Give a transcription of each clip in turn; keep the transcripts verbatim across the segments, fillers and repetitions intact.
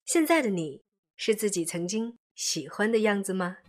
现在的你是自己曾经喜欢的样子吗？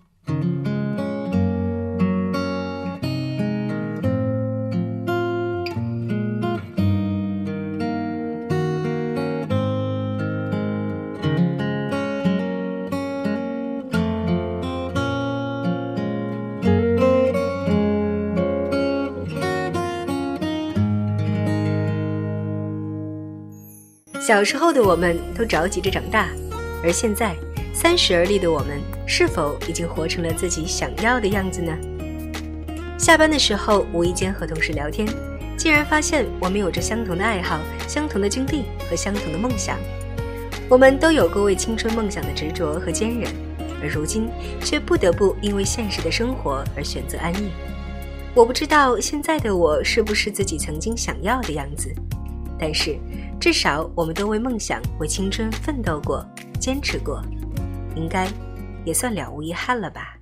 小时候的我们都着急着长大，而现在三十而立的我们，是否已经活成了自己想要的样子呢？下班的时候无意间和同事聊天，竟然发现我们有着相同的爱好、相同的经历和相同的梦想。我们都有过为青春梦想的执着和坚韧，而如今却不得不因为现实的生活而选择安逸。我不知道现在的我是不是自己曾经想要的样子，但是至少我们都为梦想、为青春奋斗过、坚持过，应该也算了无遗憾了吧。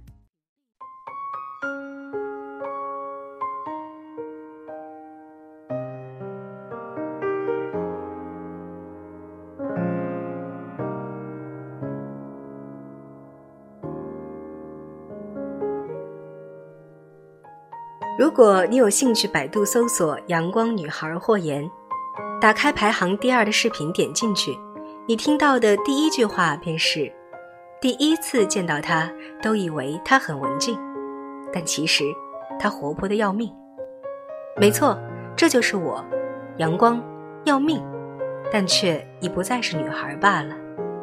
如果你有兴趣百度搜索阳光女孩霍妍，打开排行第二的视频点进去，你听到的第一句话便是：第一次见到她都以为她很文静，但其实她活泼的要命。没错，这就是我，阳光要命，但却已不再是女孩罢了。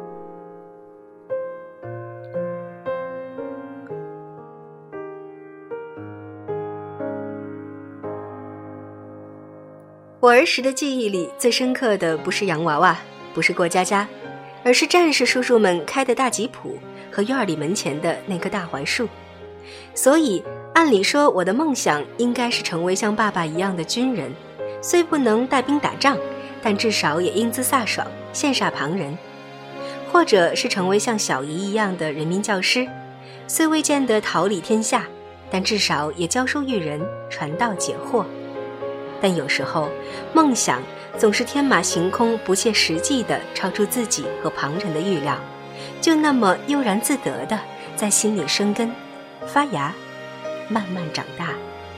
我儿时的记忆里最深刻的不是洋娃娃，不是过家家，而是战士叔叔们开的大吉普和院里门前的那棵大槐树。所以按理说我的梦想应该是成为像爸爸一样的军人，虽不能带兵打仗，但至少也英姿飒爽，羡煞旁人。或者是成为像小姨一样的人民教师，虽未见得桃李天下，但至少也教书育人，传道解惑。但有时候梦想总是天马行空，不切实际的超出自己和旁人的预料，就那么悠然自得的在心里生根发芽，慢慢长大。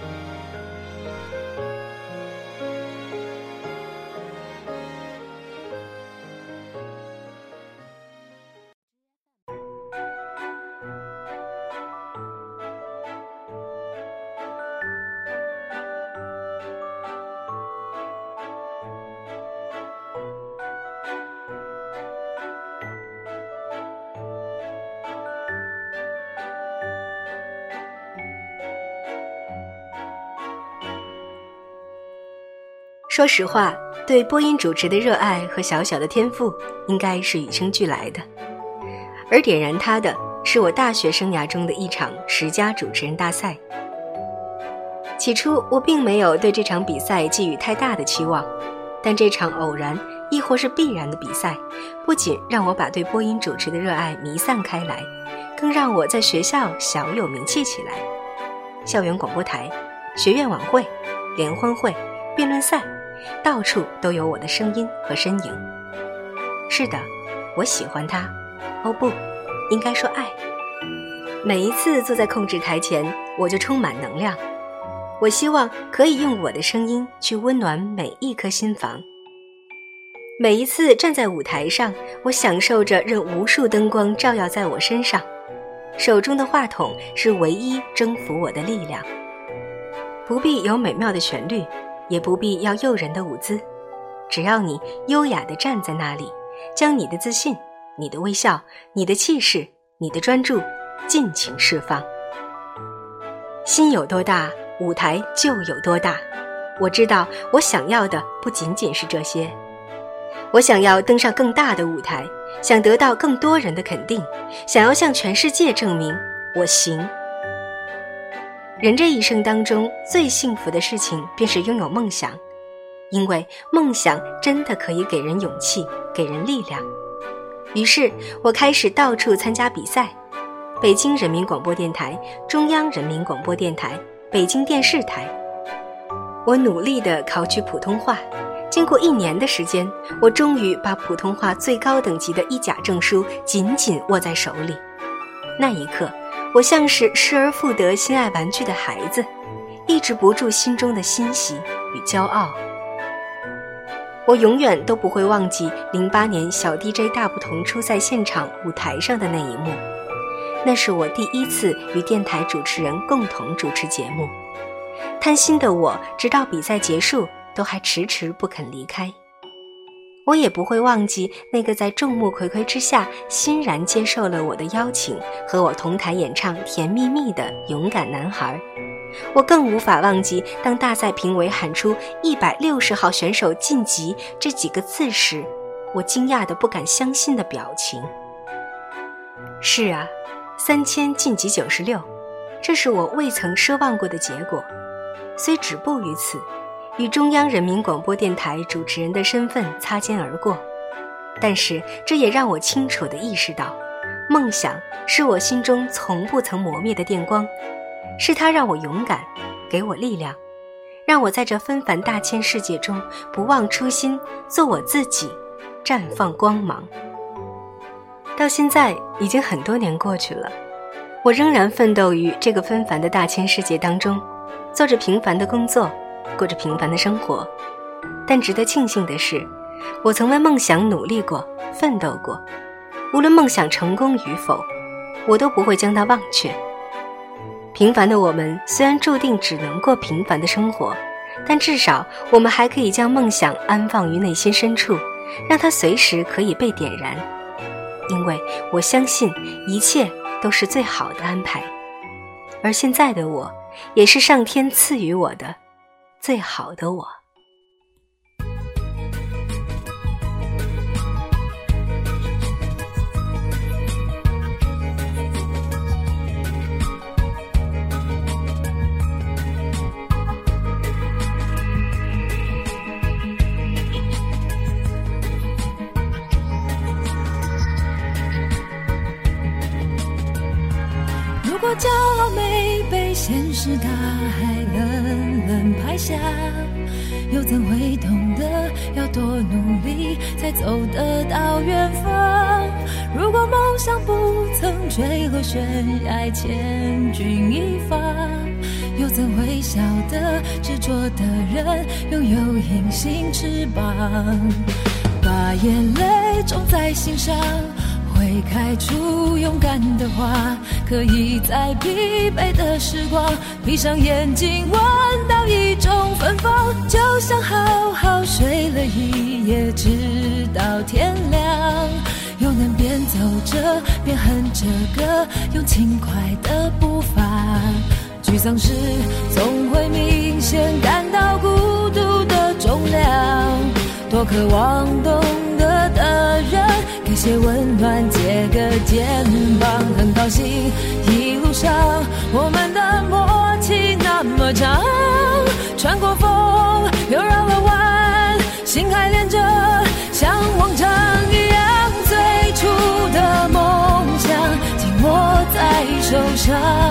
说实话，对播音主持的热爱和小小的天赋应该是与生俱来的，而点燃它的是我大学生涯中的一场十佳主持人大赛。起初我并没有对这场比赛寄予太大的期望，但这场偶然亦或是必然的比赛，不仅让我把对播音主持的热爱弥散开来，更让我在学校小有名气起来。校园广播台、学院晚会、联欢会、辩论赛，到处都有我的声音和身影。是的，我喜欢它，哦不，应该说爱。每一次坐在控制台前，我就充满能量。我希望可以用我的声音去温暖每一颗心房。每一次站在舞台上，我享受着任无数灯光照耀在我身上，手中的话筒是唯一征服我的力量。不必有美妙的旋律，也不必要诱人的舞姿，只要你优雅地站在那里，将你的自信、你的微笑、你的气势、你的专注尽情释放。心有多大，舞台就有多大。我知道我想要的不仅仅是这些，我想要登上更大的舞台，想得到更多人的肯定，想要向全世界证明我行。人这一生当中最幸福的事情便是拥有梦想，因为梦想真的可以给人勇气，给人力量。于是我开始到处参加比赛，北京人民广播电台、中央人民广播电台、北京电视台。我努力地考取普通话， 经过一年的时间，我终于把普通话最高等级的一甲证书紧紧握在手里。那一刻，我像是失而复得心爱玩具的孩子，抑制不住心中的欣喜与骄傲。我永远都不会忘记零八年小 D J 大不同初赛现场舞台上的那一幕，那是我第一次与电台主持人共同主持节目。贪心的我直到比赛结束都还迟迟不肯离开。我也不会忘记那个在众目睽睽之下欣然接受了我的邀请，和我同台演唱《甜蜜蜜》的勇敢男孩。我更无法忘记当大赛评委喊出一百六十号选手晋级这几个字时，我惊讶的不敢相信的表情。是啊，三千晋级九十六，这是我未曾奢望过的结果。虽止步于此，与中央人民广播电台主持人的身份擦肩而过，但是这也让我清楚地意识到，梦想是我心中从不曾磨灭的电光，是它让我勇敢，给我力量，让我在这纷繁大千世界中不忘初心，做我自己，绽放光芒。到现在已经很多年过去了，我仍然奋斗于这个纷繁的大千世界当中，做着平凡的工作，过着平凡的生活。但值得庆幸的是，我曾为梦想努力过，奋斗过，无论梦想成功与否，我都不会将它忘却。平凡的我们虽然注定只能过平凡的生活，但至少我们还可以将梦想安放于内心深处，让它随时可以被点燃。因为我相信一切都是最好的安排，而现在的我也是上天赐予我的最好的我。 如果骄傲没被现实大海冷冷拍下，又怎会懂得要多努力才走得到远方？如果梦想不曾坠落悬崖千钧一发，又怎会晓得执着的人拥有隐形翅膀？把眼泪种在心上，会开出勇敢的花，可以在疲惫的时光闭上眼睛闻到一种芬芳，就像好好睡了一夜直到天亮，又能边走着边哼着歌，用轻快的步伐。沮丧时总会明显感到孤独的重量，多渴望懂得的人给些温暖，借个肩膀。很高兴一路上我们的默契那么长，穿过风又绕了弯，心还连着像往常一样，最初的梦想紧握在手上。